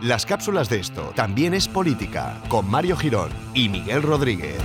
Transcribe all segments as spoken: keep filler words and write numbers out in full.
Las cápsulas de esto también es política, con Mario Girón y Miguel Rodríguez.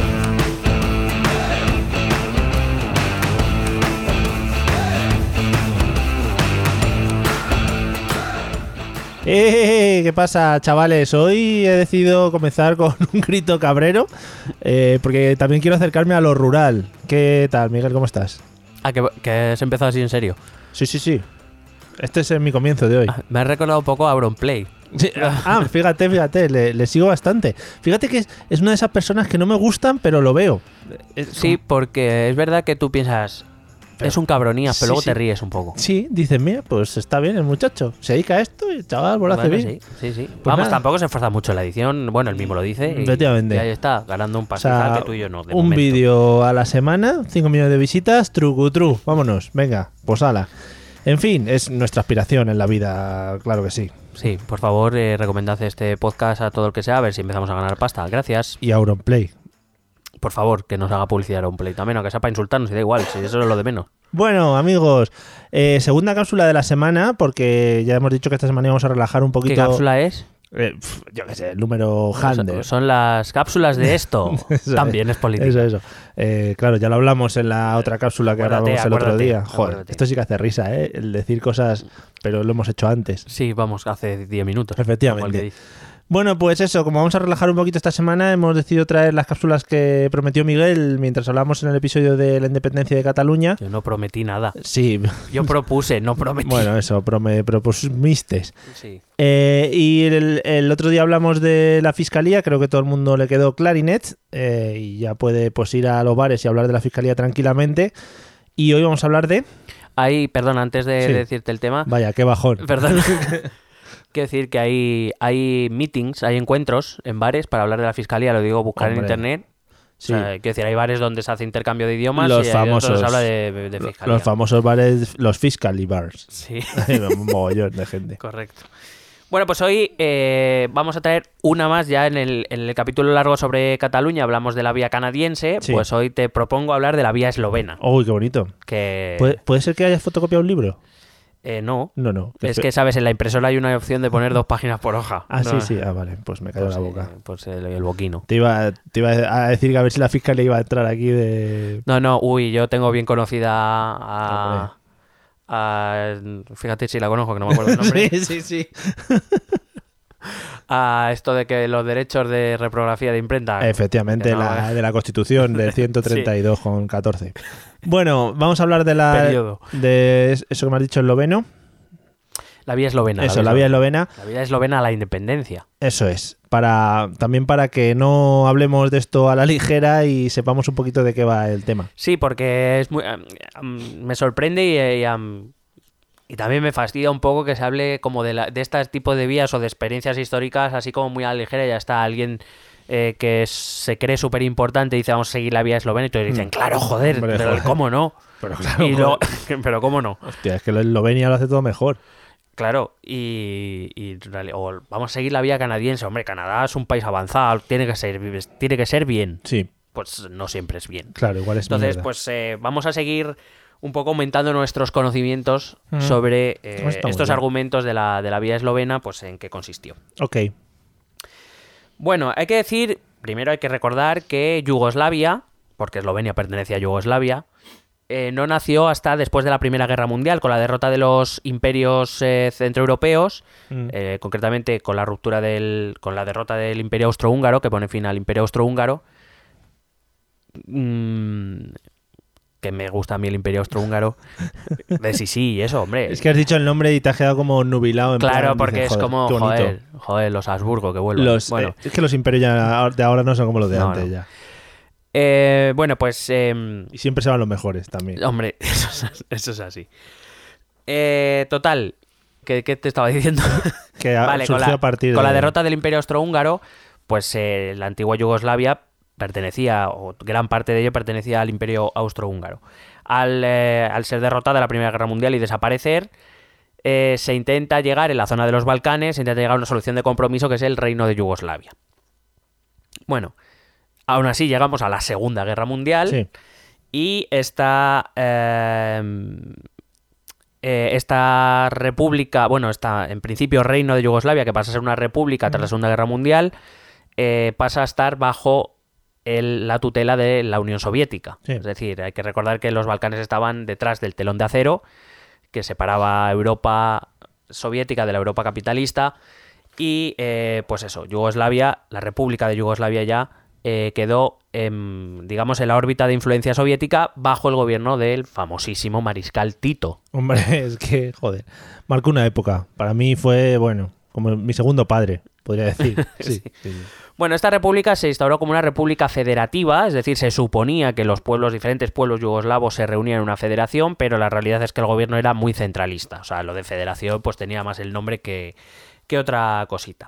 ¡Eh! ¿Qué pasa, chavales? Hoy he decidido comenzar con un grito cabrero, eh, porque también quiero acercarme a lo rural. ¿Qué tal, Miguel? ¿Cómo estás? Ah, que, que has empezado así en serio. Sí, sí, sí. Este es mi comienzo de hoy. Ah, me ha recordado un poco a Auronplay. Sí, ah, fíjate, fíjate, le, le sigo bastante. Fíjate que es, es una de esas personas que no me gustan, pero lo veo. Es Sí, como... porque es verdad que tú piensas, Pero- es un cabronías, pero sí, luego sí. te ríes un poco. Sí, dices, mira, pues está bien el muchacho. Se dedica a esto y el chaval pues lo hace Bueno, bien. sí, sí, sí. Pues Vamos, nada. tampoco se esfuerza mucho en la edición. Bueno, él mismo lo dice. Y, Efectivamente. y ahí está, ganando un O pastizal sea, que tú y yo no. De un momento. vídeo a la semana, cinco millones de visitas, trucutru. Vámonos, venga, pues ala. En fin, es nuestra aspiración en la vida, claro que sí. Sí, por favor, eh, recomendad este podcast a todo el que sea, a ver si empezamos a ganar pasta. Gracias. Y Auronplay. Por favor, que nos haga publicidad Auronplay también, aunque sea para insultarnos y da igual, si eso es lo de menos. Bueno, amigos, eh, segunda cápsula de la semana, porque ya hemos dicho que esta semana íbamos a relajar un poquito. ¿Qué cápsula es? Eh, pf, yo qué sé, el número Son, Hander. son las cápsulas de esto. Eso También es, política. Eso, eso. Eh, claro, ya lo hablamos en la otra cápsula que Acuérdate, grabamos el otro acuérdate, día. Joder, acuérdate. esto sí que hace risa, ¿eh? El decir cosas, pero lo hemos hecho antes. Sí, vamos, hace diez minutos. Efectivamente. como el que dice. Bueno, pues eso, como vamos a relajar un poquito esta semana, hemos decidido traer las cápsulas que prometió Miguel mientras hablamos en el episodio de la independencia de Cataluña. Yo no prometí nada. Sí, Yo propuse, no prometí. bueno, eso, prome, propusiste. Sí. Eh, y el, el otro día hablamos de la fiscalía, creo que todo el mundo le quedó clarinet, eh, y ya puede pues ir a los bares y hablar de la fiscalía tranquilamente. Y hoy vamos a hablar de... Ahí, perdón, antes de Sí. decirte el tema. Vaya, qué bajón. Perdón. Quiero decir que hay, hay meetings, hay encuentros en bares para hablar de la fiscalía, lo digo, buscar Hombre. en internet. Sí. O sea, quiero decir, hay bares donde se hace intercambio de idiomas Los y hay famosos. otros donde se habla de, de fiscalía. Los famosos bares, los fiscally bars. Sí, Hay un mogollón de gente. correcto. Bueno, pues hoy eh, vamos a traer una más ya en el, en el capítulo largo sobre Cataluña. Hablamos de la vía canadiense, Sí. pues hoy te propongo hablar de la vía eslovena. Uy, qué bonito. Que ¿Puede, puede ser que hayas fotocopiado un libro? eh, no, No, no. es que sabes, en la impresora hay una opción de poner dos páginas por hoja. Ah, No, sí, sí. Ah, vale. Pues me cayó Pues, la boca. eh, pues el, el boquino. Te iba, te iba a decir que a ver si la fiscalía iba a entrar aquí de... No, no, uy, yo tengo bien conocida a... Hombre. a- fíjate si la conozco, que no me acuerdo el nombre. Sí, sí, sí. A esto de que los derechos de reprografía de imprenta... Efectivamente, Que no, la, eh. de la Constitución del ciento treinta y dos con catorce. Bueno, vamos a hablar de la... Periodo. de eso que me has dicho, esloveno. La vía eslovena. Eso, la vía eslovena. La vía eslovena a la independencia. Eso es. Para, también para que no hablemos de esto a la ligera y sepamos un poquito de qué va el tema. Sí, porque es muy, am, am, me sorprende y, y, am, y también me fastidia un poco que se hable como de, la, de este tipo de vías o de experiencias históricas así como muy a la ligera. Ya está alguien eh, que se cree súper importante y dice vamos a seguir la vía eslovena y todos dicen Mm. claro, joder, Hombre, pero joder. ¿cómo no? Pero claro, Y luego- pero ¿cómo no? hostia, es que la Eslovenia lo hace todo mejor. Claro, y, y en realidad- o vamos a seguir la vía canadiense. Hombre, Canadá es un país avanzado, tiene que ser, tiene que ser bien. Sí, Pues no siempre es bien. claro, igual es Entonces, mierda. pues eh, vamos a seguir un poco aumentando nuestros conocimientos Mm. sobre eh, Está muy estos bien. argumentos de la, de la vía eslovena, pues en qué consistió. Ok. Bueno, hay que decir, primero hay que recordar que Yugoslavia, porque Eslovenia pertenece a Yugoslavia, eh, no nació hasta después de la Primera Guerra Mundial, con la derrota de los imperios eh, centroeuropeos, Mm. eh, concretamente con la ruptura del, con la derrota del Imperio Austrohúngaro, que pone fin al Imperio Austrohúngaro. Mm, que me gusta a mí el Imperio Austrohúngaro. De sí, sí, y eso, hombre. Es que has dicho el nombre y te has quedado como nubilado. En Claro, plan, porque dices, es joder, como, qué bonito. joder, joder, los Habsburgo que vuelven. Los, bueno, eh, es que los imperios ya de ahora no son como los de No, antes no. ya. eh, bueno, pues... em, Y siempre se van los mejores también. Hombre, eso es, eso es así. Eh, total, ¿qué, qué te estaba diciendo? Que a- Vale, con surgió la, a partir con la de- derrota del Imperio Austrohúngaro, pues eh, la antigua Yugoslavia pertenecía, o gran parte de ello pertenecía al Imperio Austrohúngaro. Al, eh, al ser derrotada en la Primera Guerra Mundial y desaparecer, eh, se intenta llegar en la zona de los Balcanes, se intenta llegar a una solución de compromiso que es el Reino de Yugoslavia. Bueno, aún así llegamos a la Segunda Guerra Mundial. Sí. Y esta, eh, eh, esta república, bueno, esta en principio reino de Yugoslavia, que pasa a ser una república tras la Segunda Guerra Mundial, eh, pasa a estar bajo el, la tutela de la Unión Soviética. Sí. Es decir, hay que recordar que los Balcanes estaban detrás del telón de acero que separaba a Europa soviética de la Europa capitalista y, eh, pues eso, Yugoslavia, la República de Yugoslavia ya eh, quedó, en, digamos, en la órbita de influencia soviética bajo el gobierno del famosísimo mariscal Tito. Hombre, es que, joder, marcó una época. Para mí fue, bueno, como mi segundo padre, podría decir. Sí, Sí. sí, sí. Bueno, esta república se instauró como una república federativa, es decir, se suponía que los pueblos, diferentes pueblos yugoslavos se reunían en una federación, pero la realidad es que el gobierno era muy centralista. O sea, lo de federación pues tenía más el nombre que, que otra cosita.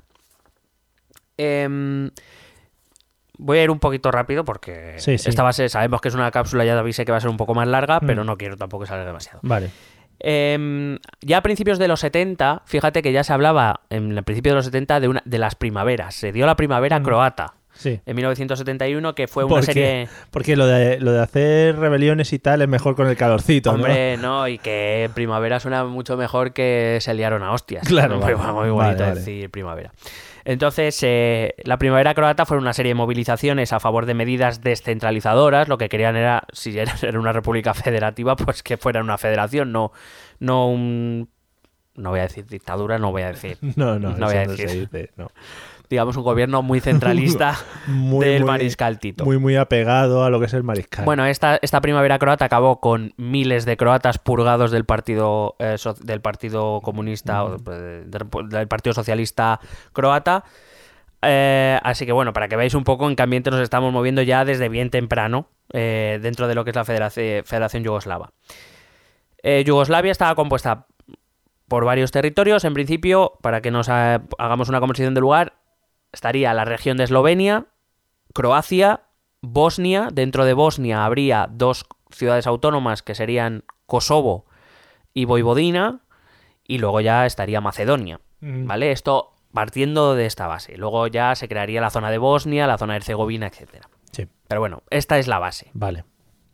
Eh, voy a ir un poquito rápido porque Sí, sí. esta va a ser, sabemos que es una cápsula, ya avisé que va a ser un poco más larga, Mm. pero no quiero tampoco que salga demasiado. Vale. Eh, ya a principios de los setenta, fíjate que ya se hablaba en el principio de los setenta de, una, de las primaveras. Se dio la primavera Mm. croata Sí. en mil novecientos setenta y uno, que fue ¿Por una qué? serie... Porque lo de, lo de hacer rebeliones y tal es mejor con el calorcito, ¿no? Hombre, no, y que primavera suena mucho mejor que se liaron a hostias. Claro, Muy, vale. muy bonito Vale, vale. decir primavera. Entonces, eh, la primavera croata fue una serie de movilizaciones a favor de medidas descentralizadoras. Lo que querían era, si era era una república federativa, pues que fuera una federación, no, no un... No voy a decir dictadura, no voy a decir... No, no, No eso voy a no decir. se dice, no. Digamos, un gobierno muy centralista Muy, del muy- mariscal Tito. Muy, muy apegado a lo que es el mariscal. Bueno, esta, esta primavera croata acabó con miles de croatas purgados del partido eh, so- del partido comunista o de- de- del partido socialista croata. Eh, así que bueno, para que veáis un poco en qué ambiente nos estamos moviendo ya desde bien temprano eh, dentro de lo que es la Federación, Federación Yugoslava. Eh, Yugoslavia estaba compuesta por varios territorios. En principio, para que nos ha- hagamos una composición del lugar, estaría la región de Eslovenia, Croacia, Bosnia. Dentro de Bosnia habría dos ciudades autónomas que serían Kosovo y Voivodina, y luego ya estaría Macedonia, Mm. ¿vale? Esto partiendo de esta base. Luego ya se crearía la zona de Bosnia, la zona de Herzegovina, etcétera. Sí, Pero bueno, esta es la base. vale.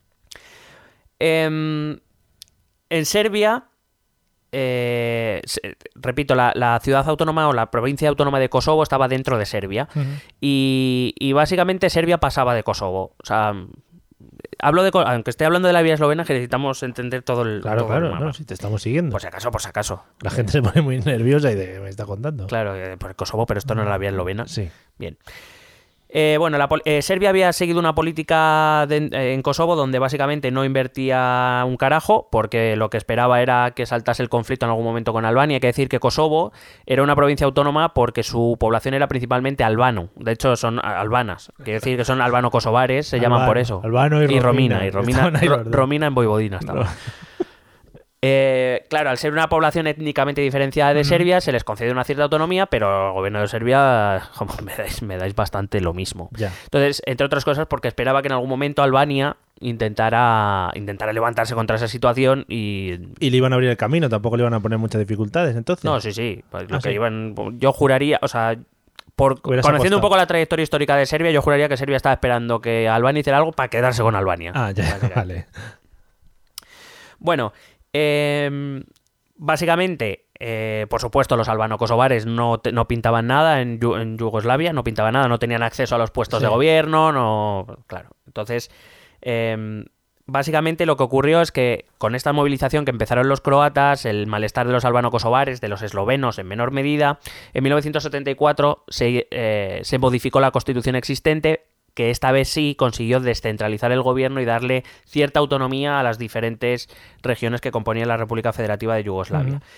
Em, en Serbia, eh, se- repito, la, la ciudad autónoma o la provincia autónoma de Kosovo estaba dentro de Serbia. Ujú. Y, y básicamente Serbia pasaba de Kosovo. O sea, hablo de, Ko- aunque esté hablando de la vía eslovena, que necesitamos entender todo el, Claro, todo el claro, mapa. no, si te estamos siguiendo. Por si acaso, por si acaso. La gente se pone muy nerviosa y de, me está contando. Claro, eh, por Kosovo, pero esto no es la vía eslovena. Sí. Bien. Eh, bueno, la pol- eh, Serbia había seguido una política de- eh, en Kosovo donde básicamente no invertía un carajo porque lo que esperaba era que saltase el conflicto en algún momento con Albania. Hay que decir que Kosovo era una provincia autónoma porque su población era principalmente albano. De hecho, son a- albanas. Quiere decir que son albano-kosovares, se llaman Albano, por eso. Albano y Romina. Romina. Y Romina, Estaban ahí Ro- los dos. Romina en Voivodina estaba. Eh, claro, al ser una población étnicamente diferenciada de Ujú. Serbia, se les concede una cierta autonomía, pero el gobierno de Serbia, como me dais, me dais bastante lo mismo. Ya. Entonces, entre otras cosas, porque esperaba que en algún momento Albania intentara, intentara levantarse contra esa situación y... Y le iban a abrir el camino, tampoco le iban a poner muchas dificultades, entonces. No, sí, sí. Pues lo Ah, que sí. iban, yo juraría, o sea, por, Hubieras conociendo un apostado. poco la trayectoria histórica de Serbia, yo juraría que Serbia estaba esperando que Albania hiciera algo para quedarse con Albania. Ah, ya, Básicamente. vale. Bueno, eh, básicamente, eh, por supuesto, los albano-kosovares no, te- no pintaban nada en, Yu- en Yugoslavia, no pintaban nada, no tenían acceso a los puestos Sí. de gobierno, no... Claro, entonces, eh, básicamente lo que ocurrió es que con esta movilización que empezaron los croatas, el malestar de los albano-kosovares, de los eslovenos en menor medida, en mil novecientos setenta y cuatro se, eh, se modificó la constitución existente, que esta vez sí consiguió descentralizar el gobierno y darle cierta autonomía a las diferentes regiones que componían la República Federativa de Yugoslavia. Ujú.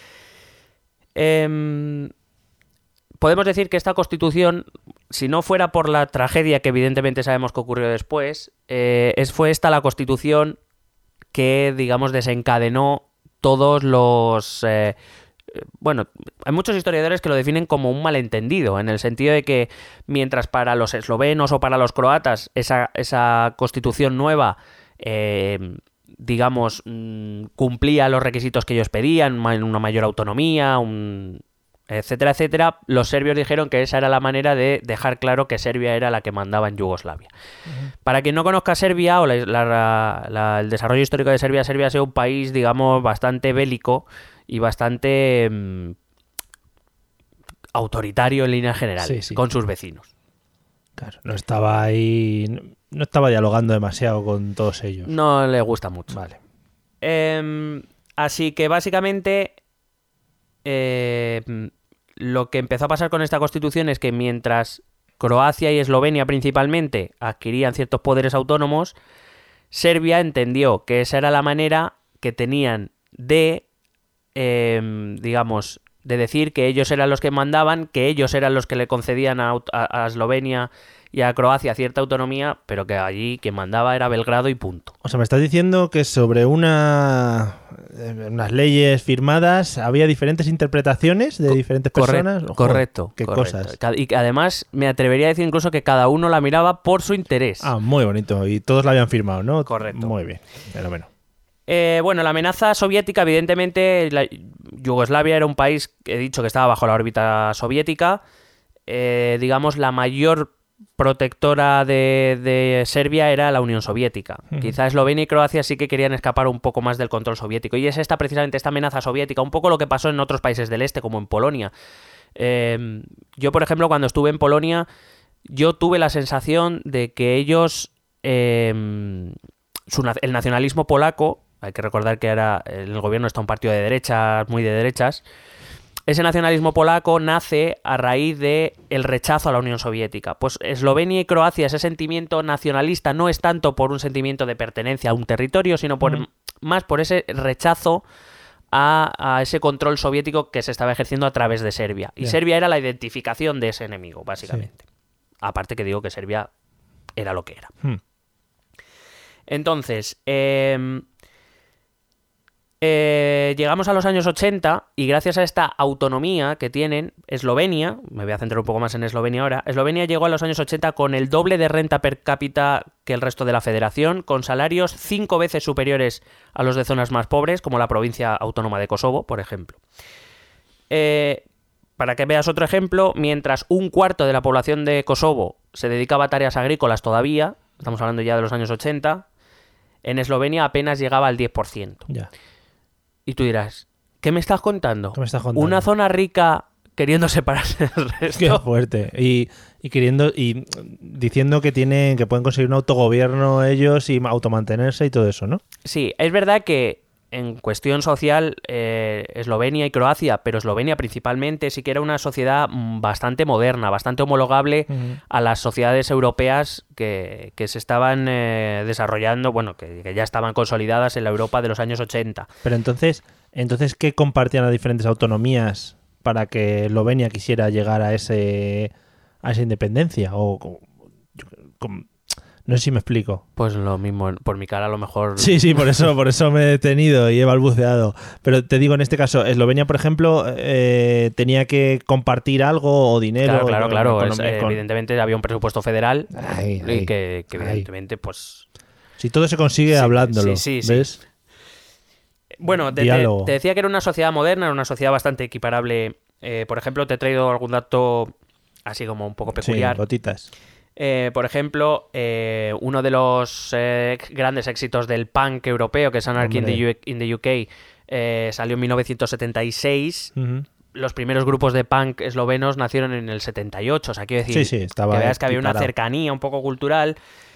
Em, podemos decir que esta constitución, si no fuera por la tragedia que evidentemente sabemos que ocurrió después, eh, es, fue esta la constitución que, digamos, desencadenó todos los... eh, bueno, hay muchos historiadores que lo definen como un malentendido, en el sentido de que mientras para los eslovenos o para los croatas esa, esa constitución nueva, eh, digamos, mm, cumplía los requisitos que ellos pedían, ma- una mayor autonomía, un, etcétera, etcétera, los serbios dijeron que esa era la manera de dejar claro que Serbia era la que mandaba en Yugoslavia. Uh-huh. Para quien no conozca Serbia o la, la, la, el desarrollo histórico de Serbia, Serbia ha sido un país, digamos, bastante bélico y bastante mmm, autoritario en líneas generales, sí, sí. con sus vecinos. Claro, no estaba ahí, no estaba dialogando demasiado con todos ellos. No le gusta mucho. Vale. Eh, así que básicamente eh, lo que empezó a pasar con esta constitución es que mientras Croacia y Eslovenia principalmente adquirían ciertos poderes autónomos, Serbia entendió que esa era la manera que tenían de, eh, digamos, de decir que ellos eran los que mandaban, que ellos eran los que le concedían a, a, a Eslovenia y a Croacia cierta autonomía, pero que allí quien mandaba era Belgrado y punto. O sea, me estás diciendo que sobre una unas leyes firmadas había diferentes interpretaciones de Co- diferentes personas. Correcto, correcto. Qué correcto. cosas. Y además me atrevería a decir incluso que cada uno la miraba por su interés. Ah, muy bonito. Y todos la habían firmado, ¿no? Correcto. Muy bien. Fenómeno. Eh, bueno, la amenaza soviética, evidentemente, la, Yugoslavia era un país, he dicho que estaba bajo la órbita soviética. Eh, digamos, la mayor protectora de, de Serbia era la Unión Soviética. Uh-huh. Quizá Eslovenia y Croacia sí que querían escapar un poco más del control soviético. Y es esta precisamente esta amenaza soviética, un poco lo que pasó en otros países del este, como en Polonia. Eh, yo, por ejemplo, cuando estuve en Polonia, yo tuve la sensación de que ellos, eh, su, el nacionalismo polaco, hay que recordar que era el gobierno está un partido de derechas, muy de derechas. Ese nacionalismo polaco nace a raíz de el rechazo a la Unión Soviética. Pues Eslovenia y Croacia, ese sentimiento nacionalista no es tanto por un sentimiento de pertenencia a un territorio, sino por, mm. más por ese rechazo a, a ese control soviético que se estaba ejerciendo a través de Serbia. Y yeah. Serbia era la identificación de ese enemigo, básicamente. Sí. Aparte que digo que Serbia era lo que era. Mm. Entonces, eh... Eh, llegamos a los años ochenta y gracias a esta autonomía que tienen Eslovenia, me voy a centrar un poco más en Eslovenia ahora, Eslovenia llegó a los años ochenta con el doble de renta per cápita que el resto de la federación, con salarios cinco veces superiores a los de zonas más pobres, como la provincia autónoma de Kosovo, por ejemplo. Eh, para que veas otro ejemplo, mientras un cuarto de la población de Kosovo se dedicaba a tareas agrícolas todavía, estamos hablando ya de los años ochenta, en Eslovenia apenas llegaba al diez por ciento. Ya. Y tú dirás, ¿qué me estás contando? ¿Qué me estás contando? Una zona rica queriendo separarse del resto. Qué fuerte. Y, y queriendo y diciendo que tienen que pueden conseguir un autogobierno ellos y automantenerse y todo eso, ¿no? Sí, es verdad que en cuestión social eh, Eslovenia y Croacia, pero Eslovenia principalmente, sí que era una sociedad bastante moderna, bastante homologable uh-huh. a las sociedades europeas que, que se estaban eh, desarrollando, bueno, que, que ya estaban consolidadas en la Europa de los años ochenta. Pero entonces, entonces ¿qué compartían las diferentes autonomías para que Eslovenia quisiera llegar a ese a esa independencia? O como, no sé si me explico. Pues lo mismo, por mi cara a lo mejor... Sí, sí, por eso, por eso me he detenido y he balbuceado. Pero te digo, en este caso, Eslovenia, por ejemplo, eh, tenía que compartir algo o dinero. Claro, claro, con, claro. Es, con... Evidentemente había un presupuesto federal ay, ay, y que, que evidentemente, ay. pues... Si todo se consigue sí, hablándolo, sí, sí, ¿ves? Sí. Bueno, te, te, te decía que era una sociedad moderna, era una sociedad bastante equiparable. Eh, por ejemplo, te he traído algún dato así como un poco peculiar. Sí, gotitas. Eh, por ejemplo, eh, uno de los eh, grandes éxitos del punk europeo, que es Anarchy in the, U- in the U K, eh, salió en mil novecientos setenta y seis. Uh-huh. Los primeros grupos de punk eslovenos nacieron en el setenta y ocho. O sea, quiero decir sí, sí, estaba que veas que había equiparado. Una cercanía un poco cultural.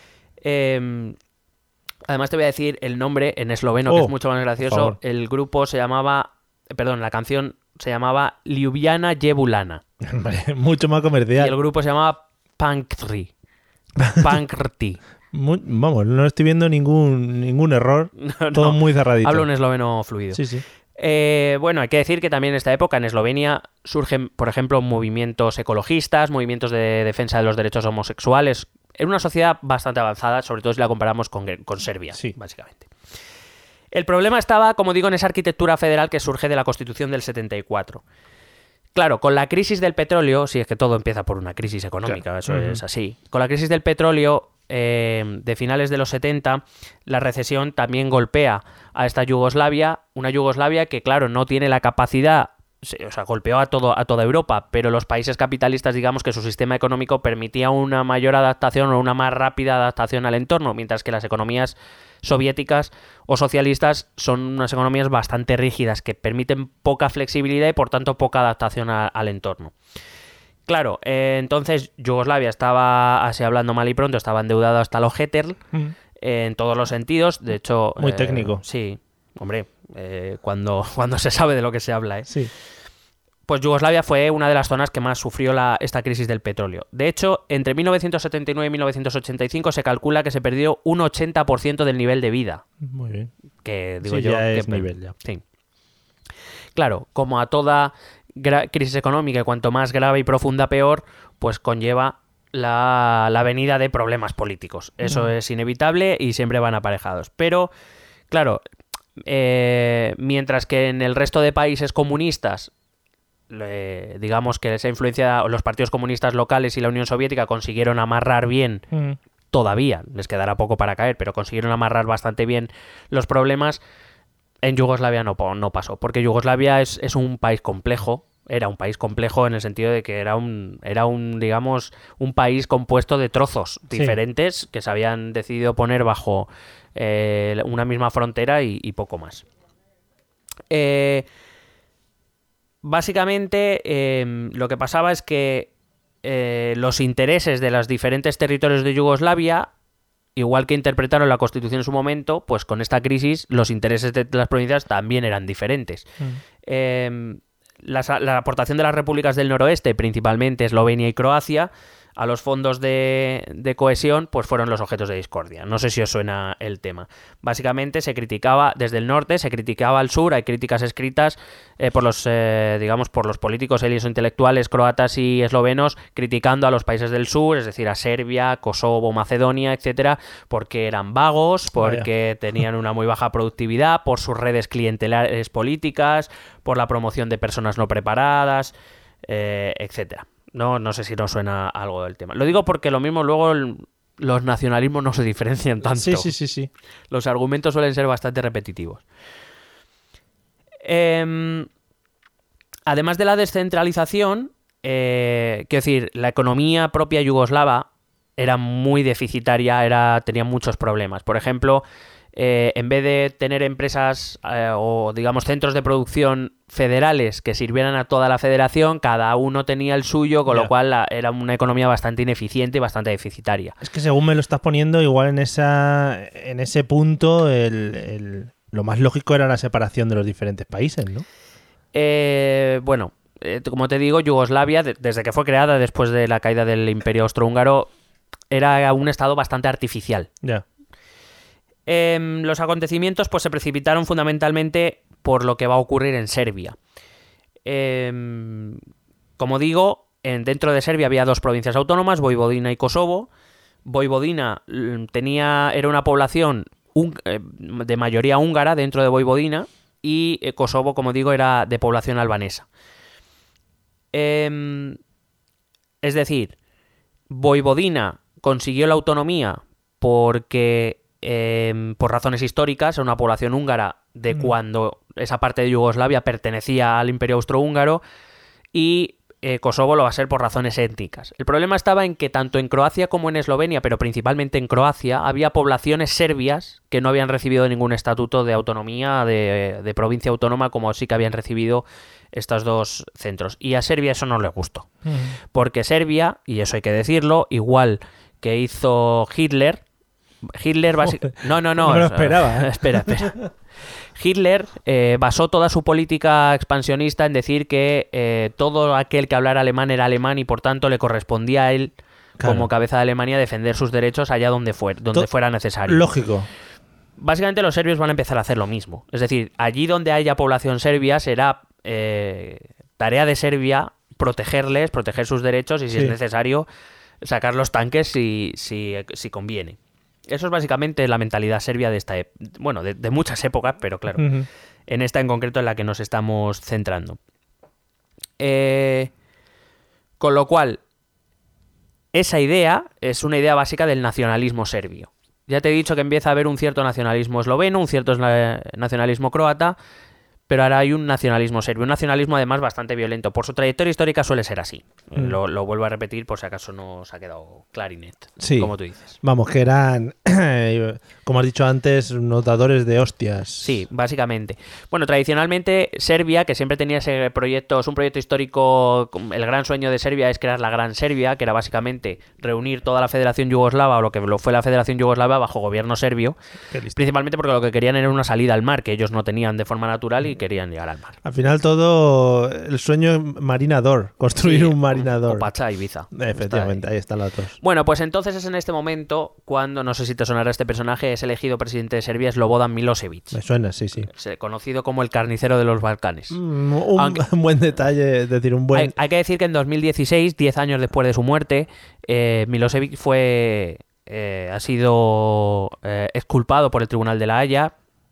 Eh, además te voy a decir el nombre en esloveno, oh, que es mucho más gracioso. El grupo se llamaba... Perdón, la canción se llamaba Ljubljana je Bulana. Mucho más comercial. Y el grupo se llamaba Punktri. Punktri. Muy, vamos, no estoy viendo ningún ningún error. No, todo no. Muy cerradito. Hablo un esloveno fluido. Sí, sí. Eh, bueno, hay que decir que también en esta época en Eslovenia surgen, por ejemplo, movimientos ecologistas, movimientos de defensa de los derechos homosexuales. Era una sociedad bastante avanzada, sobre todo si la comparamos con, con Serbia, sí. básicamente. El problema estaba, como digo, en esa arquitectura federal que surge de la Constitución del setenta y cuatro. Claro, con la crisis del petróleo, si es que todo empieza por una crisis económica, claro. Eso uh-huh. es así. Con la crisis del petróleo eh, de finales de los setenta, la recesión también golpea a esta Yugoslavia, una Yugoslavia que, claro, no tiene la capacidad o sea, golpeó a, todo, a toda Europa, pero los países capitalistas, digamos que su sistema económico permitía una mayor adaptación o una más rápida adaptación al entorno, mientras que las economías soviéticas o socialistas son unas economías bastante rígidas que permiten poca flexibilidad y por tanto poca adaptación a, al entorno. Claro, eh, entonces Yugoslavia estaba, así hablando mal y pronto, estaba endeudado hasta los Jeter mm. eh, en todos los sentidos, de hecho... Muy eh, técnico. Sí, hombre, eh, cuando, cuando se sabe de lo que se habla, ¿eh? Sí. Pues Yugoslavia fue una de las zonas que más sufrió la, esta crisis del petróleo. De hecho, entre mil novecientos setenta y nueve y mil novecientos ochenta y cinco se calcula que se perdió un ochenta por ciento del nivel de vida. Muy bien. Que digo sí, yo... ya que, es nivel, ya. Sí. Claro, como a toda crisis económica, y cuanto más grave y profunda peor, pues conlleva la, la venida de problemas políticos. Eso mm. es inevitable y siempre van aparejados. Pero, claro, eh, mientras que en el resto de países comunistas, eh, digamos que esa influencia, los partidos comunistas locales y la Unión Soviética consiguieron amarrar bien, mm. todavía, les quedará poco para caer, pero consiguieron amarrar bastante bien los problemas. En Yugoslavia no, no pasó, porque Yugoslavia es, es un país complejo, era un país complejo en el sentido de que era un, era un digamos, un país compuesto de trozos sí. diferentes que se habían decidido poner bajo eh, una misma frontera y, y poco más. Eh, básicamente, eh, lo que pasaba es que eh, los intereses de los diferentes territorios de Yugoslavia, igual que interpretaron la Constitución en su momento, pues con esta crisis los intereses de las provincias también eran diferentes. Mm. Eh, la, la aportación de las repúblicas del noroeste, principalmente Eslovenia y Croacia, a los fondos de, de cohesión, pues fueron los objetos de discordia. No sé si os suena el tema. Básicamente se criticaba desde el norte, se criticaba al sur, hay críticas escritas eh, por los, eh, digamos, por los políticos y los intelectuales croatas y eslovenos, criticando a los países del sur, es decir, a Serbia, Kosovo, Macedonia, etcétera, porque eran vagos, porque Vaya. tenían una muy baja productividad, por sus redes clientelares políticas, por la promoción de personas no preparadas, eh, etcétera. No, no sé si nos suena algo del tema. Lo digo porque lo mismo luego el, los nacionalismos no se diferencian tanto. Sí, sí, sí, sí. Los argumentos suelen ser bastante repetitivos. Eh, además de la descentralización, eh, quiero decir, la economía propia yugoslava era muy deficitaria, era, tenía muchos problemas. Por ejemplo, eh, en vez de tener empresas eh, o, digamos, centros de producción federales que sirvieran a toda la federación, cada uno tenía el suyo, con yeah. lo cual la, era una economía bastante ineficiente y bastante deficitaria. Es que según me lo estás poniendo, igual en esa en ese punto el, el, lo más lógico era la separación de los diferentes países, ¿no? Eh, bueno, eh, como te digo, Yugoslavia, de, desde que fue creada después de la caída del Imperio Austrohúngaro, era un estado bastante artificial. Ya. Yeah. Eh, los acontecimientos pues se precipitaron fundamentalmente por lo que va a ocurrir en Serbia. Eh, como digo, en, dentro de Serbia había dos provincias autónomas, Voivodina y Kosovo. Voivodina tenía, era una población un, eh, de mayoría húngara dentro de Voivodina y eh, Kosovo, como digo, era de población albanesa. Eh, es decir, Voivodina consiguió la autonomía porque... Eh, por razones históricas, era una población húngara de mm. cuando esa parte de Yugoslavia pertenecía al Imperio Austrohúngaro, y eh, Kosovo lo va a ser por razones étnicas. El problema estaba en que tanto en Croacia como en Eslovenia, pero principalmente en Croacia, había poblaciones serbias que no habían recibido ningún estatuto de autonomía, de, de provincia autónoma, como sí que habían recibido estos dos centros. Y a Serbia eso no le gustó. Mm. Porque Serbia, y eso hay que decirlo, igual que hizo Hitler, Hitler básicamente... No, no, no. No me lo esperaba. ¿eh? Espera, espera. Hitler eh, basó toda su política expansionista en decir que eh, todo aquel que hablara alemán era alemán y por tanto le correspondía a él, claro, como cabeza de Alemania, defender sus derechos allá donde, fuera, donde to- fuera necesario. Lógico. Básicamente los serbios van a empezar a hacer lo mismo. Es decir, allí donde haya población serbia será eh, tarea de Serbia protegerles, proteger sus derechos y si sí. es necesario sacar los tanques si, si, si conviene. Eso es básicamente la mentalidad serbia de esta, bueno, de, de muchas épocas, pero claro, uh-huh. en esta en concreto en la que nos estamos centrando. Eh, con lo cual, esa idea es una idea básica del nacionalismo serbio. Ya te he dicho que empieza a haber un cierto nacionalismo esloveno, un cierto nacionalismo croata, pero ahora hay un nacionalismo serbio, un nacionalismo además bastante violento. Por su trayectoria histórica suele ser así. Mm. Lo, lo vuelvo a repetir por si acaso no os ha quedado clarinet, sí. como tú dices. Vamos, que eran, como has dicho antes, notadores de hostias. Sí, básicamente. Bueno, tradicionalmente Serbia, que siempre tenía ese proyecto, es un proyecto histórico, el gran sueño de Serbia es crear la Gran Serbia, que era básicamente reunir toda la Federación Yugoslava, o lo que lo fue la Federación Yugoslava bajo gobierno serbio, principalmente porque lo que querían era una salida al mar, que ellos no tenían de forma natural y querían llegar al mar. Al final todo, el sueño marinador, construir sí, un marinador. O Pachá, Ibiza. Efectivamente, ahí están las dos. Bueno, pues entonces es en este momento cuando, no sé si te sonará este personaje, es elegido presidente de Serbia Slobodan Milosevic. Me suena, sí, sí. Conocido como el carnicero de los Balcanes. Mm, un, Aunque, un buen detalle, es decir, un buen... Hay, hay que decir que en dos mil dieciséis, diez años después de su muerte, eh, Milosevic fue... Eh, ha sido eh, exculpado por el Tribunal de la Haya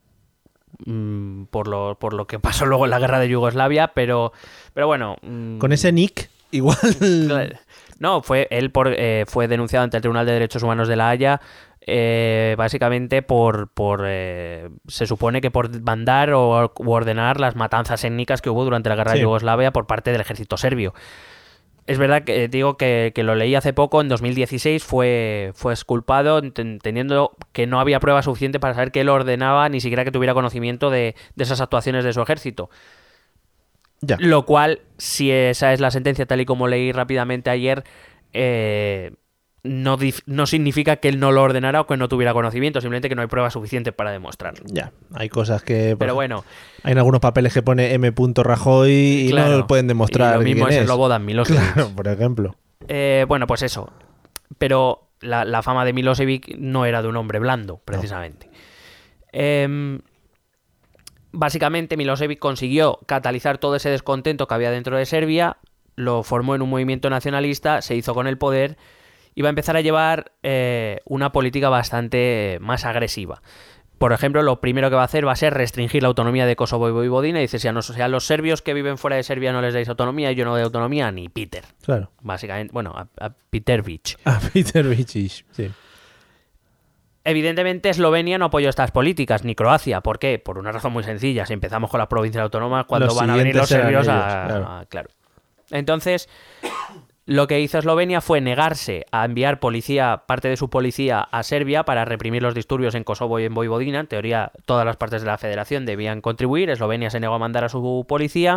mmm, por, lo, por lo que pasó luego en la guerra de Yugoslavia, pero, pero bueno... Mmm, con ese nick, igual... No, fue él por, eh, fue denunciado ante el Tribunal de Derechos Humanos de la Haya eh, básicamente por... por eh, se supone que por mandar o u ordenar las matanzas étnicas que hubo durante la guerra sí. de Yugoslavia por parte del ejército serbio. Es verdad que digo que, que lo leí hace poco, en dos mil dieciséis fue, fue exculpado teniendo que no había prueba suficiente para saber que él ordenaba, ni siquiera que tuviera conocimiento de, de esas actuaciones de su ejército. Ya. Lo cual, si esa es la sentencia tal y como leí rápidamente ayer, eh, no, no significa que él no lo ordenara o que no tuviera conocimiento, simplemente que no hay prueba suficiente para demostrarlo. Ya, hay cosas que... Pero bueno... Hay en algunos papeles que pone M. Rajoy y claro, no lo pueden demostrar. Y lo mismo quién es el es. Slobodan Milosevic. Claro, por ejemplo. Eh, bueno, pues eso. Pero la, la fama de Milosevic no era de un hombre blando, precisamente. No. Eh, básicamente, Milosevic consiguió catalizar todo ese descontento que había dentro de Serbia, lo formó en un movimiento nacionalista, se hizo con el poder y va a empezar a llevar eh, una política bastante más agresiva. Por ejemplo, lo primero que va a hacer va a ser restringir la autonomía de Kosovo y Voivodina. Y dice, si a, no, si a los serbios que viven fuera de Serbia no les dais autonomía, yo no doy autonomía ni Peter. Claro. Básicamente, bueno, a, a Peterovich. A Peterovich, sí. Evidentemente, Eslovenia no apoyó estas políticas, ni Croacia. ¿Por qué? Por una razón muy sencilla. Si empezamos con las provincias autónomas, ¿cuándo los van a venir los serbios ellos, a, claro. a...? Claro. Entonces... Lo que hizo Eslovenia fue negarse a enviar policía, parte de su policía a Serbia para reprimir los disturbios en Kosovo y en Voivodina. En teoría, todas las partes de la federación debían contribuir. Eslovenia se negó a mandar a su policía.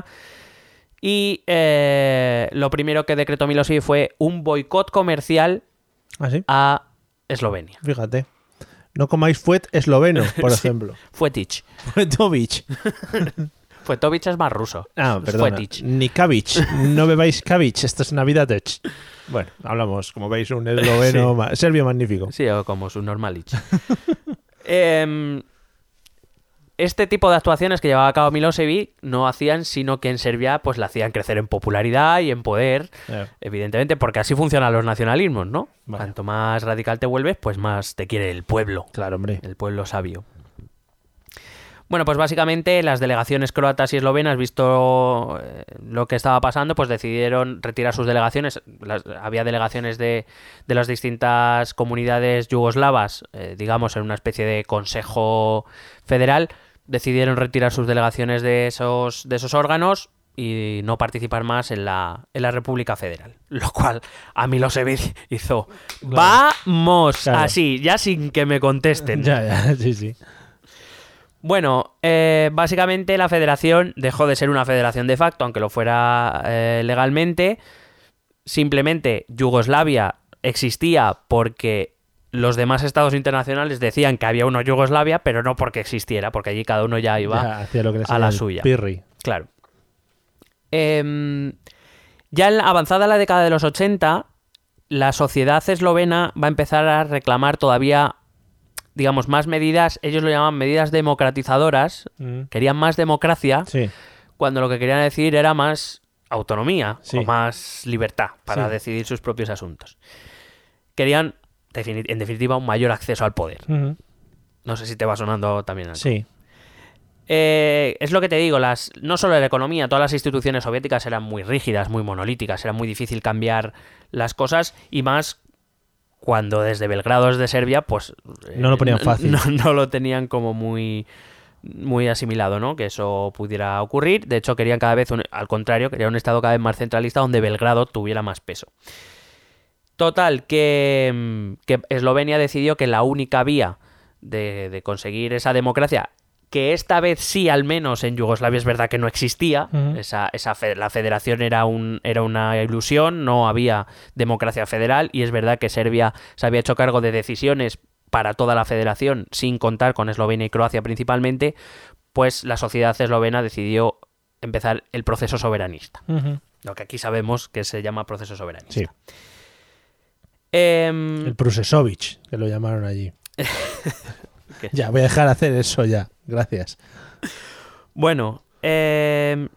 Y eh, lo primero que decretó Milosevic fue un boicot comercial ¿Ah, sí? a Eslovenia. Fíjate. No comáis fuet esloveno, por sí, ejemplo. Fuetich. Fuetovich. Fuetovich es más ruso. Ah, perdona. Ni Kavich. No bebáis Kavich. Esto es Navidad. Bueno, hablamos, como veis, un esloveno sí. ma- serbio magnífico. Sí, o como su normalich. eh, este tipo de actuaciones que llevaba a cabo Milosevic no hacían sino que en Serbia pues la hacían crecer en popularidad y en poder, eh. evidentemente, porque así funcionan los nacionalismos, ¿no? Vale. Cuanto más radical te vuelves, pues más te quiere el pueblo. Claro, hombre. El pueblo sabio. Bueno, pues básicamente las delegaciones croatas y eslovenas, visto eh, lo que estaba pasando, pues decidieron retirar sus delegaciones. Las, había delegaciones de, de las distintas comunidades yugoslavas, eh, digamos, en una especie de consejo federal. Decidieron retirar sus delegaciones de esos, de esos órganos y no participar más en la, en la República Federal. Lo cual a Milosevic hizo claro. ¡Vamos! Claro. Así, ya sin que me contesten. Ya, ya, sí, sí. Bueno, eh, básicamente la federación dejó de ser una federación de facto, aunque lo fuera eh, legalmente. Simplemente Yugoslavia existía porque los demás estados internacionales decían que había una Yugoslavia, pero no porque existiera, porque allí cada uno ya iba ya, hacía lo que a la suya. Pirri. Claro. Eh, ya en, avanzada la década de los ochenta, la sociedad eslovena va a empezar a reclamar todavía, digamos, más medidas. Ellos lo llaman medidas democratizadoras. Mm. Querían más democracia, sí. cuando lo que querían decir era más autonomía, sí. o más libertad para sí. decidir sus propios asuntos. Querían, en definitiva, un mayor acceso al poder. Uh-huh. No sé si te va sonando también algo. Sí. Eh, es lo que te digo, las, no solo la economía, todas las instituciones soviéticas eran muy rígidas, muy monolíticas, era muy difícil cambiar las cosas, y más cuando desde Belgrado, desde Serbia, pues... No lo ponían fácil. No, no lo tenían como muy... muy asimilado, ¿no? Que eso pudiera ocurrir. De hecho, querían cada vez, un, al contrario, querían un Estado cada vez más centralista donde Belgrado tuviera más peso. Total, que, que Eslovenia decidió que la única vía de, de conseguir esa democracia, que esta vez sí, al menos en Yugoslavia es verdad que no existía, uh-huh. esa, esa fe, la federación era, un, era una ilusión, no había democracia federal, y es verdad que Serbia se había hecho cargo de decisiones para toda la federación, sin contar con Eslovenia y Croacia principalmente, pues la sociedad eslovena decidió empezar el proceso soberanista, uh-huh. lo que aquí sabemos que se llama proceso soberanista. Sí. Eh, el Prusesovich, que lo llamaron allí. Ya, voy a dejar de hacer eso ya. Gracias. Bueno, eh,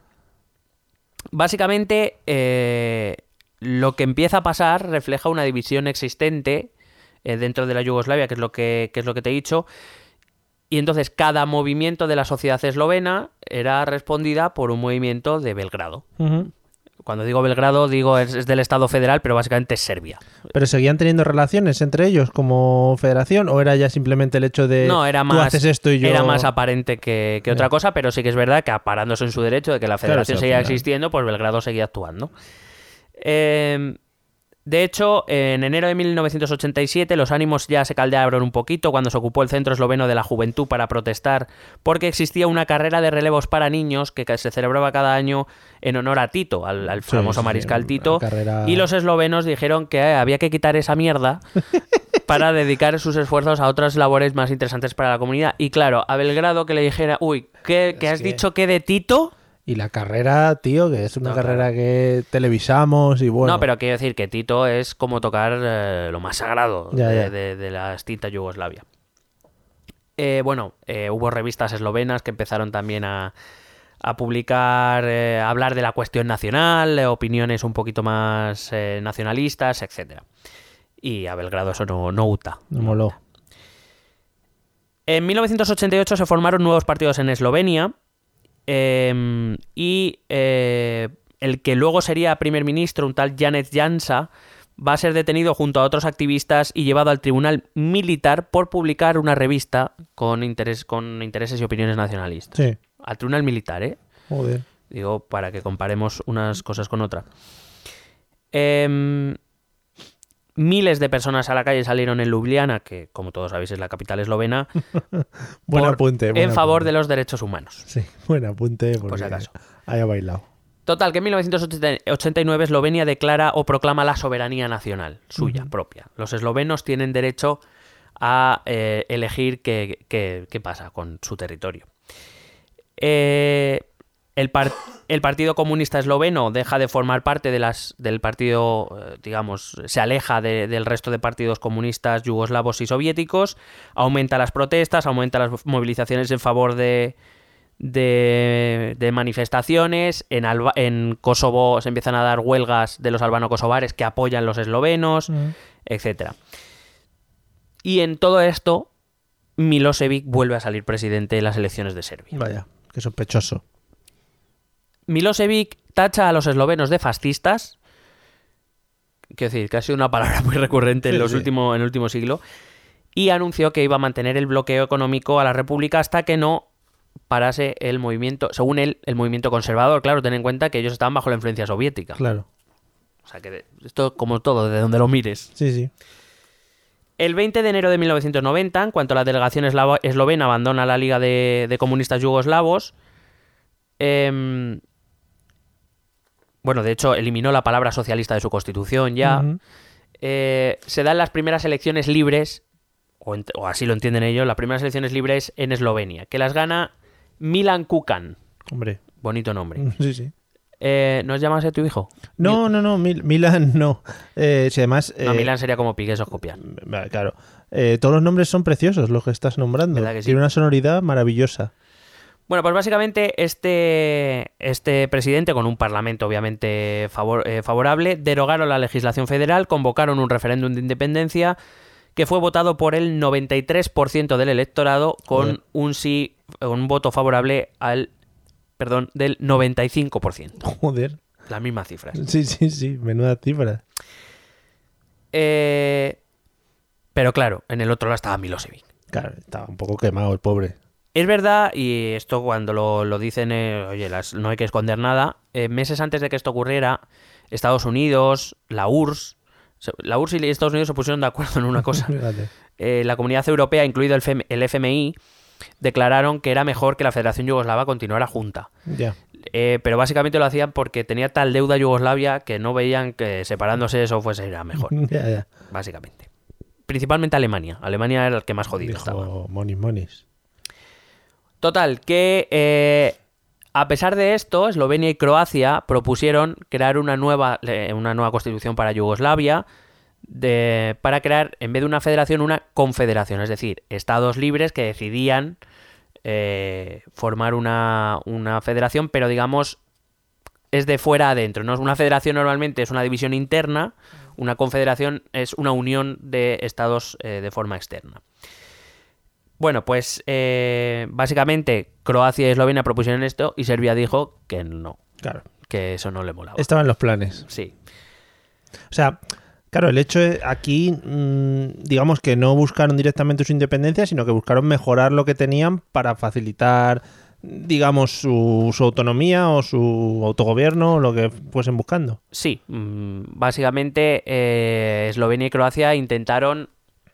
básicamente eh, lo que empieza a pasar refleja una división existente eh, dentro de la Yugoslavia, que es lo que, que es lo que te he dicho. Y entonces cada movimiento de la sociedad eslovena era respondida por un movimiento de Belgrado. Uh-huh. Cuando digo Belgrado, digo es, es del Estado federal, pero básicamente es Serbia. ¿Pero seguían teniendo relaciones entre ellos como federación o era ya simplemente el hecho de no, era tú más, haces esto y yo...? Era más aparente que, que otra cosa, pero sí que es verdad que aparándose en su derecho de que la federación claro, seguía existiendo, pues Belgrado seguía actuando. Eh... De hecho, en enero de mil novecientos ochenta y siete los ánimos ya se caldearon un poquito cuando se ocupó el Centro Esloveno de la Juventud para protestar porque existía una carrera de relevos para niños que se celebraba cada año en honor a Tito, al, al famoso sí, sí, mariscal Tito, carrera... y los eslovenos dijeron que había que quitar esa mierda para dedicar sus esfuerzos a otras labores más interesantes para la comunidad. Y claro, a Belgrado que le dijera, uy, ¿qué, ¿qué has que... dicho que de Tito? Y la carrera, tío, que es una no, carrera claro. que televisamos y bueno... No, pero quiero decir que Tito es como tocar eh, lo más sagrado ya, de, ya. De, de la extinta Yugoslavia. Eh, bueno, eh, hubo revistas eslovenas que empezaron también a, a publicar, eh, a hablar de la cuestión nacional, eh, opiniones un poquito más eh, nacionalistas, etcétera. Y a Belgrado eso no, no gusta. No moló. En mil novecientos ochenta y ocho se formaron nuevos partidos en Eslovenia. Eh, y eh, el que luego sería primer ministro, un tal Janez Janša, va a ser detenido junto a otros activistas y llevado al tribunal militar por publicar una revista con, interés, con intereses y opiniones nacionalistas. Sí. Al tribunal militar, ¿eh? Joder. Digo, para que comparemos unas cosas con otras. Eh, miles de personas a la calle salieron en Ljubljana, que como todos sabéis es la capital eslovena, buen por, apunte, buen en favor apunte. de los derechos humanos. Sí, buen apunte, porque por si acaso. Haya bailado. Total, que en mil novecientos ochenta y nueve Eslovenia declara o proclama la soberanía nacional, suya, uh-huh. propia. Los eslovenos tienen derecho a eh, elegir qué, qué, qué pasa con su territorio. Eh... El, par- el Partido Comunista Esloveno deja de formar parte de las, del partido, eh, digamos, se aleja de, del resto de partidos comunistas yugoslavos y soviéticos, aumenta las protestas, aumenta las movilizaciones en favor de, de, de manifestaciones, en, Alba- en Kosovo se empiezan a dar huelgas de los albano-kosovares que apoyan los eslovenos, mm. etcétera. Y en todo esto, Milosevic vuelve a salir presidente en las elecciones de Serbia. Vaya, qué sospechoso. Milosevic tacha a los eslovenos de fascistas, quiero decir, que ha sido una palabra muy recurrente sí, en, los sí. últimos, en el último siglo, y anunció que iba a mantener el bloqueo económico a la República hasta que no parase el movimiento, según él, el movimiento conservador. Claro, ten en cuenta que ellos estaban bajo la influencia soviética. Claro. O sea que esto como todo, de donde lo mires. Sí, sí. El veinte de enero de mil novecientos noventa, en cuanto la delegación eslava, eslovena abandona la Liga de, de Comunistas Yugoslavos, eh, bueno, de hecho, eliminó la palabra socialista de su constitución ya. Uh-huh. Eh, se dan las primeras elecciones libres, o, ent- o así lo entienden ellos, las primeras elecciones libres en Eslovenia, que las gana Milan Kukan. Hombre. Bonito nombre. Sí, sí. Eh, ¿No os llamas a tu hijo? No, Mil- no, no, Mil- Milan no. Eh, si además... No, eh, Milan sería como Piqué Copiar. Claro. Eh, todos los nombres son preciosos, los que estás nombrando. ¿Verdad que sí? Tiene una sonoridad maravillosa. Bueno, pues básicamente este, este presidente, con un parlamento obviamente favor, eh, favorable, derogaron la legislación federal, convocaron un referéndum de independencia que fue votado por el noventa y tres por ciento del electorado con Joder. un sí, un voto favorable al, perdón, del noventa y cinco por ciento. Joder. Las mismas cifras. Sí, sí, sí, menuda cifra. Eh, pero claro, en el otro lado estaba Milosevic. Claro, estaba un poco quemado el pobre. Es verdad, y esto cuando lo, lo dicen, eh, oye, las, no hay que esconder nada, eh, meses antes de que esto ocurriera, Estados Unidos, la U R S S, la U R S S y Estados Unidos se pusieron de acuerdo en una cosa. eh, la Comunidad Europea, incluido el, F M, el F M I, declararon que era mejor que la Federación Yugoslava continuara junta. Ya. Eh, pero básicamente lo hacían porque tenía tal deuda Yugoslavia que no veían que separándose eso fuese ir a mejor. Ya, ya. Básicamente. Principalmente Alemania. Alemania era el que más jodido Dijo, estaba. monis, monis. Total, que eh, a pesar de esto, Eslovenia y Croacia propusieron crear una nueva, eh, una nueva constitución para Yugoslavia, de, para crear, en vez de una federación, una confederación. Es decir, estados libres que decidían eh, formar una, una federación, pero digamos, es de fuera adentro, ¿no? Una federación normalmente es una división interna, una confederación es una unión de estados eh, de forma externa. Bueno, pues eh, básicamente Croacia y Eslovenia propusieron esto y Serbia dijo que no. Claro. Que eso no le molaba. Estaban los planes. Sí. O sea, claro, el hecho es aquí, mmm, digamos que no buscaron directamente su independencia, sino que buscaron mejorar lo que tenían para facilitar, digamos, su, su autonomía o su autogobierno o lo que fuesen buscando. Sí, mmm, básicamente eh, Eslovenia y Croacia intentaron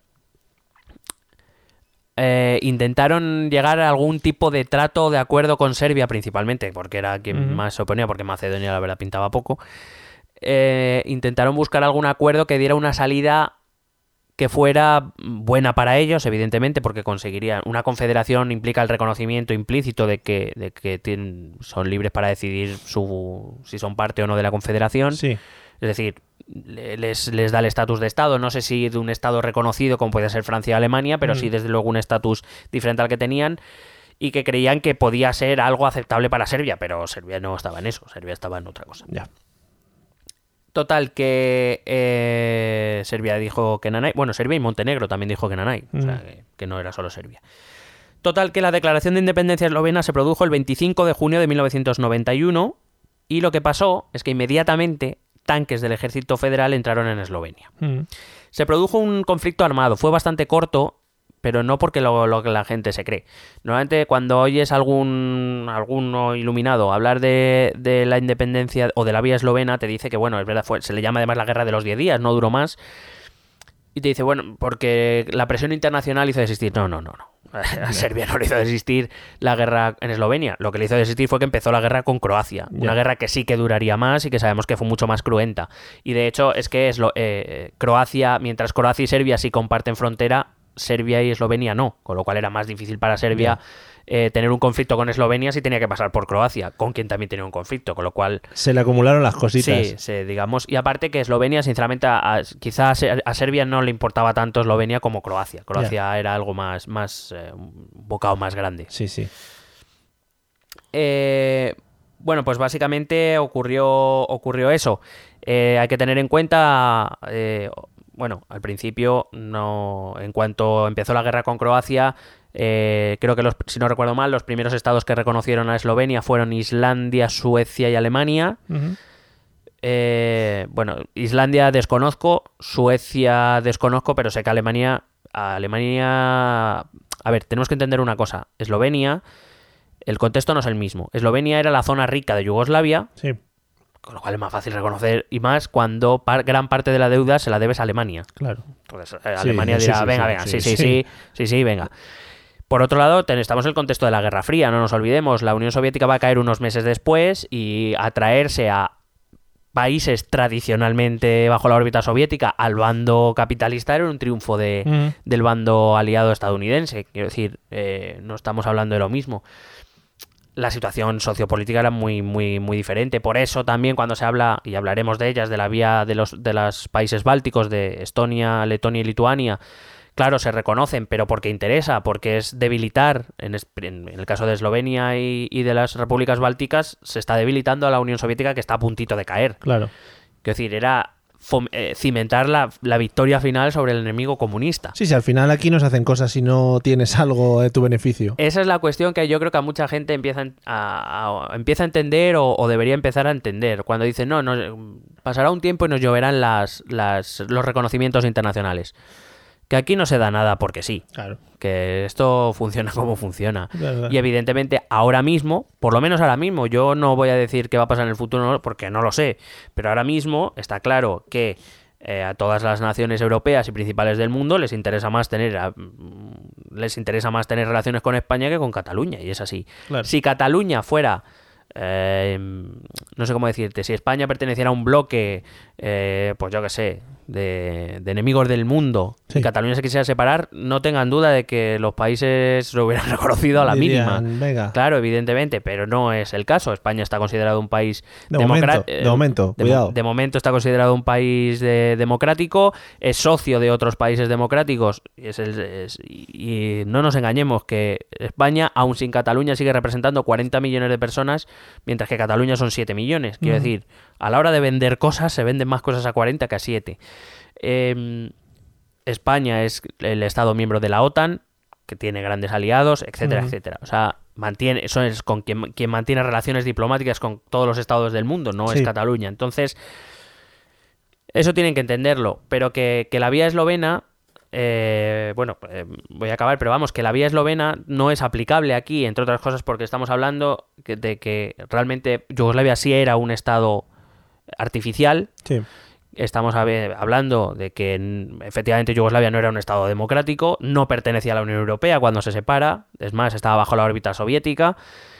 Eh, intentaron llegar a algún tipo de trato o de acuerdo con Serbia principalmente, porque era quien uh-huh. más se oponía, porque Macedonia la verdad pintaba poco. Eh, intentaron buscar algún acuerdo que diera una salida que fuera buena para ellos, evidentemente, porque conseguirían una confederación implica el reconocimiento implícito de que, de que tienen, son libres para decidir su, si son parte o no de la confederación. Sí. Es decir, les, les da el estatus de Estado, no sé si de un Estado reconocido como puede ser Francia o Alemania, pero mm. sí desde luego un estatus diferente al que tenían y que creían que podía ser algo aceptable para Serbia, pero Serbia no estaba en eso, Serbia estaba en otra cosa. Ya. Total, que eh, Serbia dijo que nanay, bueno, Serbia y Montenegro también dijo que nanay, mm. o sea, que, que no era solo Serbia. Total, que la declaración de independencia eslovena se produjo el veinticinco de junio de mil novecientos noventa y uno y lo que pasó es que inmediatamente tanques del ejército federal entraron en Eslovenia. Mm. Se produjo un conflicto armado, fue bastante corto, pero no porque lo, lo que la gente se cree. Normalmente cuando oyes algún alguno iluminado hablar de, de la independencia o de la vía eslovena, te dice que, bueno, es verdad, fue, se le llama además la guerra de los diez días, no duró más, y te dice, bueno, porque la presión internacional hizo desistir. No, no, no, no. A Serbia no le hizo desistir la guerra en Eslovenia. Lo que le hizo desistir fue que empezó la guerra con Croacia. Yeah. Una guerra que sí que duraría más y que sabemos que fue mucho más cruenta. Y de hecho es que Eslo- eh, Croacia, mientras Croacia y Serbia sí comparten frontera, Serbia y Eslovenia no. Con lo cual era más difícil para Serbia yeah. eh, tener un conflicto con Eslovenia si tenía que pasar por Croacia, con quien también tenía un conflicto. Con lo cual... Se le acumularon las cositas. Sí, sí, digamos. Y aparte que Eslovenia, sinceramente, a, a, quizás a Serbia no le importaba tanto Eslovenia como Croacia. Croacia yeah. era algo más, más eh, un bocado más grande. Sí, sí. Eh, bueno, pues básicamente ocurrió, ocurrió eso. Eh, hay que tener en cuenta... Eh, bueno, al principio, no, en cuanto empezó la guerra con Croacia, eh, creo que, los, si no recuerdo mal, los primeros estados que reconocieron a Eslovenia fueron Islandia, Suecia y Alemania. Uh-huh. Eh, bueno, Islandia desconozco, Suecia desconozco, pero sé que Alemania... Alemania... A ver, tenemos que entender una cosa. Eslovenia, el contexto no es el mismo. Eslovenia era la zona rica de Yugoslavia. Sí. Con lo cual es más fácil reconocer, y más cuando par- gran parte de la deuda se la debes a Alemania. Claro. Entonces eh, Alemania sí, dirá, sí, venga, sí, venga, sí, sí, sí, sí, sí, sí, sí, venga. Por otro lado, ten, estamos en el contexto de la Guerra Fría, no nos olvidemos, la Unión Soviética va a caer unos meses después y atraerse a países tradicionalmente bajo la órbita soviética al bando capitalista era un triunfo de, mm. del bando aliado estadounidense. Quiero decir, eh, no estamos hablando de lo mismo. La situación sociopolítica era muy, muy, muy diferente. Por eso también cuando se habla, y hablaremos de ellas, de la vía de los, de los países bálticos, de Estonia, Letonia y Lituania, claro, se reconocen, pero porque interesa, porque es debilitar, en, en el caso de Eslovenia y, y de las repúblicas bálticas, se está debilitando a la Unión Soviética que está a puntito de caer. Claro. Quiero decir, era... Eh, cimentar la, la victoria final sobre el enemigo comunista. Sí, sí, al final aquí no se hacen cosas si no tienes algo de tu beneficio. Esa es la cuestión que yo creo que a mucha gente empieza a, a, empieza a entender o, o debería empezar a entender. Cuando dicen, no, no, pasará un tiempo y nos lloverán las, las, los reconocimientos internacionales. que aquí no se da nada porque sí. Claro. Que esto funciona como funciona. Claro, claro. Y evidentemente ahora mismo, por lo menos ahora mismo, yo no voy a decir qué va a pasar en el futuro porque no lo sé, pero ahora mismo está claro que eh, a todas las naciones europeas y principales del mundo les interesa más tener a, les interesa más tener relaciones con España que con Cataluña, y es así. Claro. Si Cataluña fuera Eh, no sé cómo decirte, si España perteneciera a un bloque, eh, pues yo qué sé, de, de enemigos del mundo, Sí. y Cataluña se quisiera separar, no tengan duda de que los países lo hubieran reconocido a la Dirían, mínima. venga. Claro, evidentemente, pero no es el caso. España está considerado un país De democra- momento, de momento, de, cuidado. de momento está considerado un país de- democrático, es socio de otros países democráticos, y, es el- es- y- y no nos engañemos que España, aun sin Cataluña, sigue representando cuarenta millones de personas, mientras que Cataluña son siete millones. Quiero Ujú. decir, a la hora de vender cosas, se venden más cosas a cuarenta que a siete. Eh, España es el Estado miembro de la OTAN, que tiene grandes aliados, etcétera, Ujú. etcétera. O sea, mantiene, eso es con quien, quien mantiene relaciones diplomáticas con todos los estados del mundo, no Sí. es Cataluña. Entonces, eso tienen que entenderlo. Pero que, que la vía eslovena, eh, bueno, eh, voy a acabar, pero vamos, que la vía eslovena no es aplicable aquí, entre otras cosas, porque estamos hablando que- de que realmente Yugoslavia sí era un estado artificial. Sí. Estamos hab- hablando de que n- efectivamente Yugoslavia no era un estado democrático, no pertenecía a la Unión Europea cuando se separa, es más, estaba bajo la órbita soviética.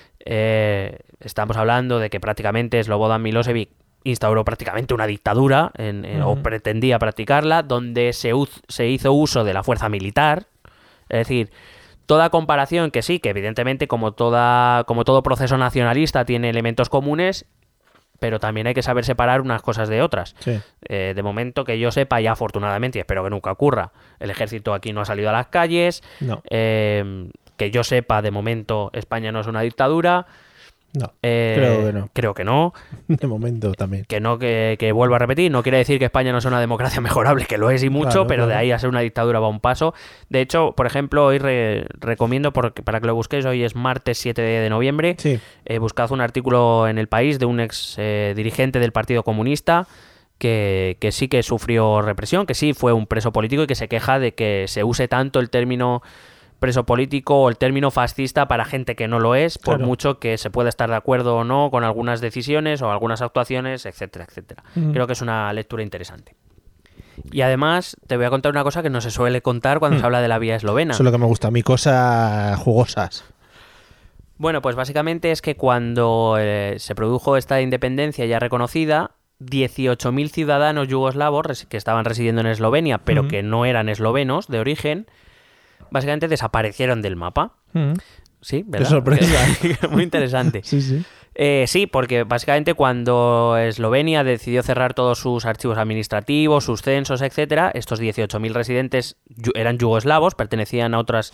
Eh, estamos hablando de que prácticamente Slobodan Milosevic instauró prácticamente una dictadura en- en- o Ujú. pretendía practicarla, donde se, uz- se hizo uso de la fuerza militar. Es decir, toda comparación que sí, que evidentemente como, toda, como todo proceso nacionalista tiene elementos comunes, pero también hay que saber separar unas cosas de otras. Sí. Eh, de momento que yo sepa, y afortunadamente, y espero que nunca ocurra, el ejército aquí no ha salido a las calles. No. Eh, que yo sepa, de momento, España no es una dictadura. No. Eh, Creo que no. Creo que no. De momento también. Que no, que, que vuelvo a repetir, no quiere decir que España no sea una democracia mejorable, que lo es y mucho, Claro, pero de claro. ahí a ser una dictadura va un paso. De hecho, por ejemplo, hoy re- recomiendo, porque, para que lo busquéis, hoy es martes siete de noviembre, Sí. eh, buscad un artículo en El País de un ex eh, dirigente del Partido Comunista que, que sí que sufrió represión, que sí fue un preso político y que se queja de que se use tanto el término preso político o el término fascista para gente que no lo es, por Claro. mucho que se pueda estar de acuerdo o no con algunas decisiones o algunas actuaciones, etcétera, etcétera. Ujú. Creo que es una lectura interesante. Y además te voy a contar una cosa que no se suele contar cuando Hmm. se habla de la vía eslovena. Eso es lo que me gusta a mí, cosas jugosas. Bueno, pues básicamente es que cuando eh, se produjo esta independencia ya reconocida, dieciocho mil ciudadanos yugoslavos res- que estaban residiendo en Eslovenia, pero Ujú. que no eran eslovenos de origen, básicamente desaparecieron del mapa. Mm. Sí, ¿verdad? sorpresa. Muy interesante. Sí, sí. Eh, sí, porque básicamente cuando Eslovenia decidió cerrar todos sus archivos administrativos, sus censos, etcétera, estos dieciocho mil residentes yu- eran yugoslavos, pertenecían a otras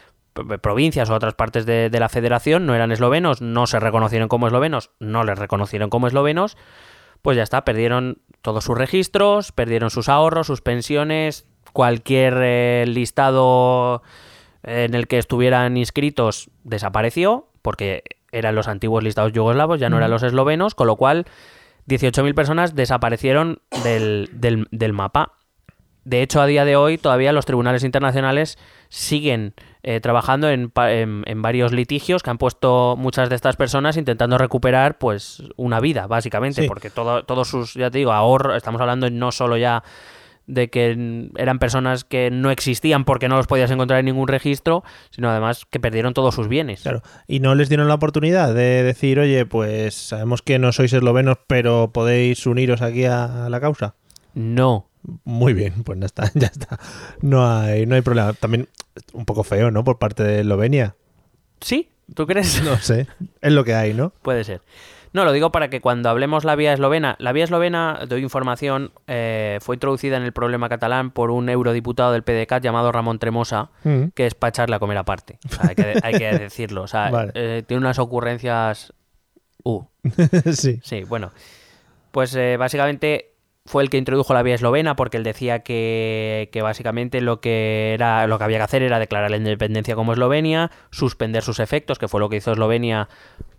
p- provincias o a otras partes de, de la federación, no eran eslovenos, no se reconocieron como eslovenos, no les reconocieron como eslovenos, pues ya está, perdieron todos sus registros, perdieron sus ahorros, sus pensiones, cualquier eh, listado en el que estuvieran inscritos desapareció, porque eran los antiguos listados yugoslavos, ya no eran los eslovenos, con lo cual dieciocho mil personas desaparecieron del, del, del mapa. De hecho, a día de hoy todavía los tribunales internacionales siguen eh, trabajando en, pa- en, en varios litigios que han puesto muchas de estas personas intentando recuperar pues una vida, básicamente, Sí. porque todo, todos sus, ya te digo, ahorros, estamos hablando no solo ya de que n- eran personas que no existían porque no los podías encontrar en ningún registro, sino además que perdieron todos sus bienes. Claro. Y no les dieron la oportunidad de decir, oye, pues sabemos que no sois eslovenos, pero podéis uniros aquí a, a la causa. No. Muy bien, pues ya está, ya está. No hay, no hay problema. También un poco feo, ¿no? Por parte de Eslovenia. ¿Sí? ¿Tú crees? No sé. Es lo que hay, ¿no? Puede ser. No, lo digo para que cuando hablemos la vía eslovena, la vía eslovena, doy información, eh, fue introducida en el problema catalán por un eurodiputado del P D C A T llamado Ramón Tremosa, Mm. que es para echarle a comer aparte. O sea, hay que, hay que decirlo. O sea, Vale. eh, tiene unas ocurrencias... Uh, Sí. sí, bueno. Pues eh, básicamente fue el que introdujo la vía eslovena porque él decía que, que básicamente lo que era lo que había que hacer era declarar la independencia como Eslovenia, suspender sus efectos, que fue lo que hizo Eslovenia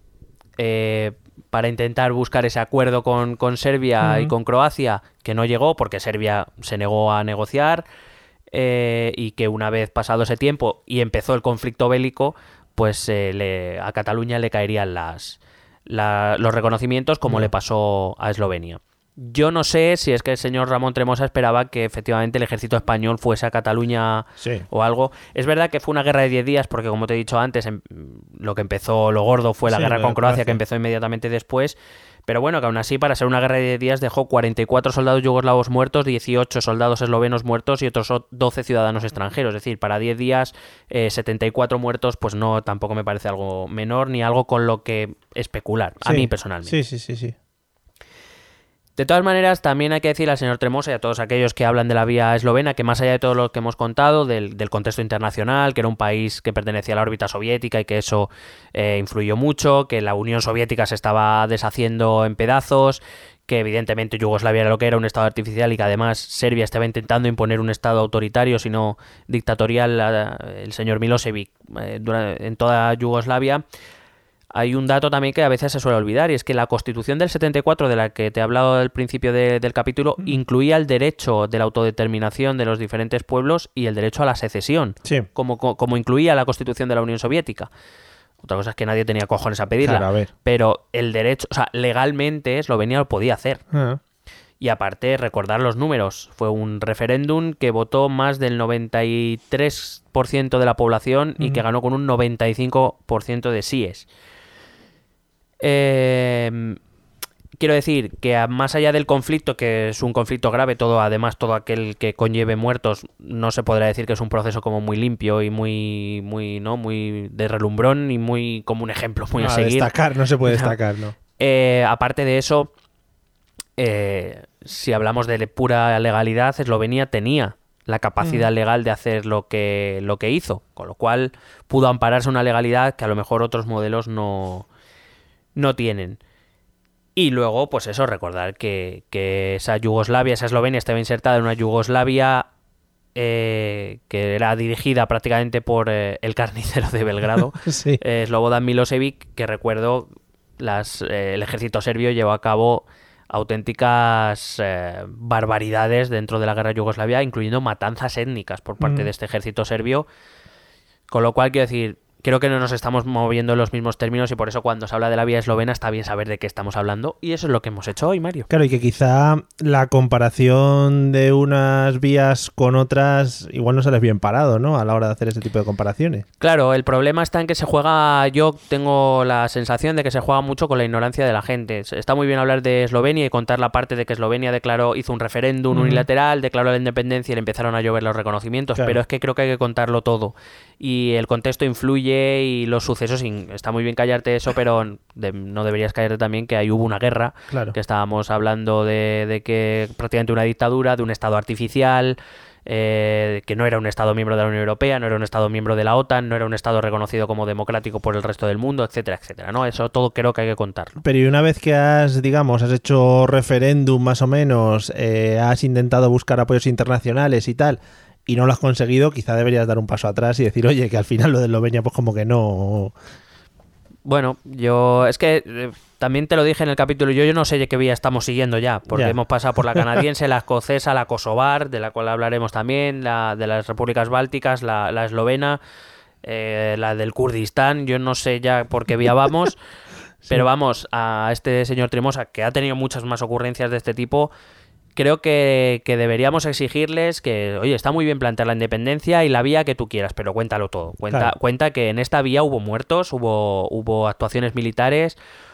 eh, para intentar buscar ese acuerdo con, con Serbia Ujú. y con Croacia, que no llegó porque Serbia se negó a negociar. eh, y que una vez pasado ese tiempo y empezó el conflicto bélico, pues eh, le, a Cataluña le caerían las, la, los reconocimientos como No. le pasó a Eslovenia. Yo no sé si es que el señor Ramón Tremosa esperaba que efectivamente el ejército español fuese a Cataluña Sí. o algo. Es verdad que fue una guerra de diez días porque, como te he dicho antes, em, lo que empezó, lo gordo fue la Sí, guerra lo de con Croacia, Croacia. que empezó inmediatamente después. Pero bueno, que aún así, para ser una guerra de diez días, dejó cuarenta y cuatro soldados yugoslavos muertos, dieciocho soldados eslovenos muertos y otros doce ciudadanos extranjeros. Es decir, para diez días, eh, setenta y cuatro muertos, pues no, tampoco me parece algo menor ni algo con lo que especular, a Sí. mí personalmente. Sí, sí, sí, sí. De todas maneras, también hay que decir al señor Tremosa y a todos aquellos que hablan de la vía eslovena que, más allá de todo lo que hemos contado, del, del contexto internacional, que era un país que pertenecía a la órbita soviética y que eso eh, influyó mucho, que la Unión Soviética se estaba deshaciendo en pedazos, que evidentemente Yugoslavia era lo que era, un estado artificial, y que además Serbia estaba intentando imponer un estado autoritario, sino dictatorial, a- el señor Milosevic, eh, dura- en toda Yugoslavia. Hay un dato también que a veces se suele olvidar, y es que la Constitución del setenta y cuatro, de la que te he hablado al principio de- del capítulo, incluía el derecho de la autodeterminación de los diferentes pueblos y el derecho a la secesión, Sí. como, co- como incluía la Constitución de la Unión Soviética. Otra cosa es que nadie tenía cojones a pedirla, Claro, a ver. pero el derecho, o sea, legalmente Eslovenia lo podía hacer. Ah. Y aparte, recordar los números. Fue un referéndum que votó más del noventa y tres por ciento de la población y que Ujú. ganó con un noventa y cinco por ciento de síes. Eh, quiero decir que a- más allá del conflicto, que es un conflicto grave, todo además todo aquel que conlleve muertos, no se podrá decir que es un proceso como muy limpio y muy, muy, ¿no? Muy de relumbrón y muy como un ejemplo muy No, a a seguir. destacar, no se puede No. destacar, ¿no? Eh, aparte de eso, eh, si hablamos de le- pura legalidad, Eslovenia tenía la capacidad Mm. legal de hacer lo que, lo que hizo, con lo cual pudo ampararse una legalidad que a lo mejor otros modelos no, no tienen. Y luego, pues eso, recordar que, que esa Yugoslavia, esa Eslovenia estaba insertada en una Yugoslavia eh, que era dirigida prácticamente por eh, el carnicero de Belgrado, Sí. eh, Slobodan Milosevic, que recuerdo las, eh, el ejército serbio llevó a cabo auténticas eh, barbaridades dentro de la guerra yugoslavia, incluyendo matanzas étnicas por parte Mm. de este ejército serbio, con lo cual quiero decir, creo que no nos estamos moviendo en los mismos términos y por eso cuando se habla de la vía eslovena está bien saber de qué estamos hablando, y eso es lo que hemos hecho hoy, Mario. Claro, y que quizá la comparación de unas vías con otras igual no sales bien parado, ¿no? A la hora de hacer ese tipo de comparaciones. Claro, el problema está en que se juega, yo tengo la sensación de que se juega mucho con la ignorancia de la gente. Está muy bien hablar de Eslovenia y contar la parte de que Eslovenia declaró, hizo un referéndum Ujú. unilateral, declaró la independencia y le empezaron a llover los reconocimientos, Claro. pero es que creo que hay que contarlo todo. Y el contexto influye y los sucesos, in- está muy bien callarte eso, pero de- no deberías callarte también que ahí hubo una guerra, Claro. que estábamos hablando de, de que prácticamente una dictadura, de un estado artificial, eh, que no era un estado miembro de la Unión Europea, no era un estado miembro de la OTAN, no era un estado reconocido como democrático por el resto del mundo, etcétera, etcétera, ¿no? Eso todo creo que hay que contarlo. Pero y una vez que has, digamos, has hecho referéndum más o menos, eh, has intentado buscar apoyos internacionales y tal, y no lo has conseguido, quizá deberías dar un paso atrás y decir, oye, que al final lo de Eslovenia pues como que no... Bueno, yo es que eh, también te lo dije en el capítulo, yo, yo no sé de qué vía estamos siguiendo ya, porque Ya. hemos pasado por la canadiense, la escocesa, la kosovar, de la cual hablaremos también, la de las repúblicas bálticas, la, la eslovena, eh, la del Kurdistán, yo no sé ya por qué vía vamos, pero vamos, a este señor Tremosa, que ha tenido muchas más ocurrencias de este tipo, creo que, que deberíamos exigirles que, oye, está muy bien plantear la independencia y la vía que tú quieras, pero cuéntalo todo. Cuenta, Claro. cuenta que en esta vía hubo muertos, hubo, hubo actuaciones militares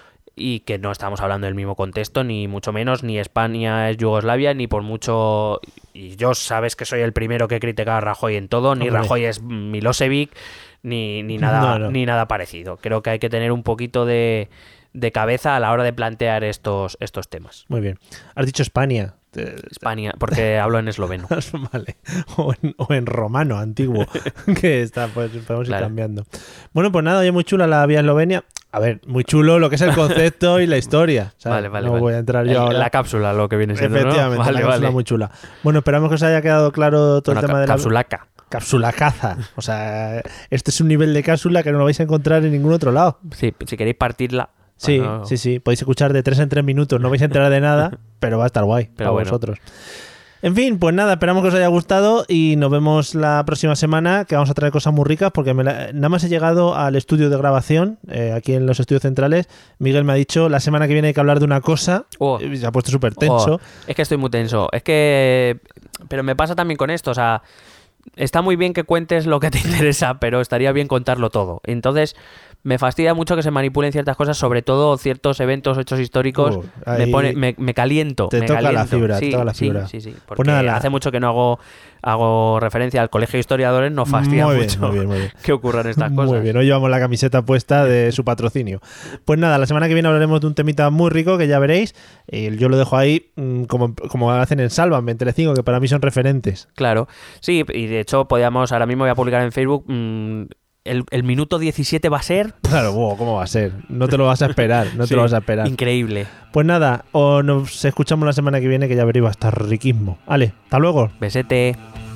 y que no estamos hablando del mismo contexto, ni mucho menos, ni España es Yugoslavia, ni por mucho... Y yo sabes que soy el primero que critica a Rajoy en todo, ni Hombre. Rajoy es Milosevic, ni, ni, nada, No, no. ni nada parecido. Creo que hay que tener un poquito de, de cabeza a la hora de plantear estos, estos temas. Muy bien. Has dicho España. Te- España, porque hablo en esloveno. Vale. O en, o en romano antiguo, que está, pues podemos Claro. ir cambiando. Bueno, pues nada, oye, muy chula la vía Eslovenia. A ver, muy chulo lo que es el concepto y la historia. ¿sabes? Vale, vale, no vale. voy a entrar yo El- ahora. La cápsula, lo que viene siendo, ¿no? Efectivamente, Vale, la cápsula vale. muy chula. Bueno, esperamos que os haya quedado claro todo Bueno, el tema ca- de la Capsulaca. cápsula caza. O sea, este es un nivel de cápsula que no lo vais a encontrar en ningún otro lado. Sí, si queréis partirla. Sí, bueno, sí, sí. Podéis escuchar de tres en tres minutos. No vais a enterar de nada, pero va a estar guay Pero para bueno. vosotros. En fin, pues nada, esperamos que os haya gustado y nos vemos la próxima semana, que vamos a traer cosas muy ricas, porque me la, nada más he llegado al estudio de grabación, eh, aquí en los estudios centrales. Miguel me ha dicho, la semana que viene hay que hablar de una cosa, Oh. y se ha puesto súper tenso. Oh, es que estoy muy tenso. Es que... Pero me pasa también con esto, o sea... Está muy bien que cuentes lo que te interesa, pero estaría bien contarlo todo. Entonces, me fastidia mucho que se manipulen ciertas cosas, sobre todo ciertos eventos, hechos históricos. Uh, me, pone, me, me caliento. Te me toca caliento. la fibra, sí, te toca la sí, fibra. Sí, sí, porque Pues nada, la... hace mucho que no hago, hago referencia al Colegio de Historiadores, nos fastidia muy bien, mucho muy bien, muy bien. que ocurran estas cosas. Muy bien, hoy llevamos la camiseta puesta de su patrocinio. Pues nada, la semana que viene hablaremos de un temita muy rico que ya veréis. Eh, yo lo dejo ahí como, como hacen en Sálvame, en Telecinco, que para mí son referentes. Claro, sí, y de hecho podíamos, ahora mismo voy a publicar en Facebook, mmm, el, el minuto diecisiete va a ser... Claro, wow, ¿cómo va a ser? No te lo vas a esperar, no sí, te lo vas a esperar. Increíble. Pues nada, o nos escuchamos la semana que viene, que ya veréis, va a estar riquísimo. Vale, hasta luego. Besete.